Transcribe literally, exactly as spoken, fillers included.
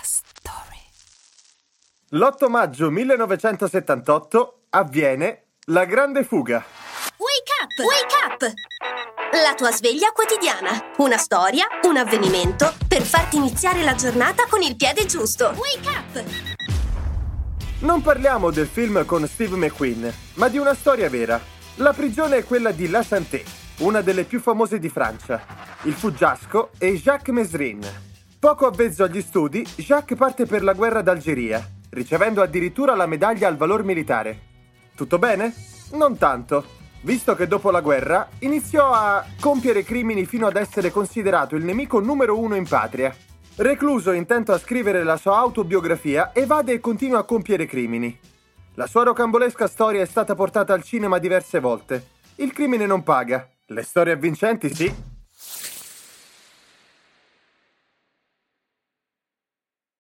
story. L'otto maggio millenovecentosettantotto avviene la grande fuga. Wake up! Wake up! La tua sveglia quotidiana. Una storia, un avvenimento per farti iniziare la giornata con il piede giusto. Wake up! Non parliamo del film con Steve McQueen, ma di una storia vera. La prigione è quella di La Chanté, una delle più famose di Francia. Il fuggiasco è Jacques Mezrin. Poco avvezzo agli studi, Jacques parte per la guerra d'Algeria, ricevendo addirittura la medaglia al valor militare. Tutto bene? Non tanto, visto che dopo la guerra iniziò a compiere crimini fino ad essere considerato il nemico numero uno in patria. Recluso intento a scrivere la sua autobiografia, evade e continua a compiere crimini. La sua rocambolesca storia è stata portata al cinema diverse volte. Il crimine non paga. Le storie avvincenti sì.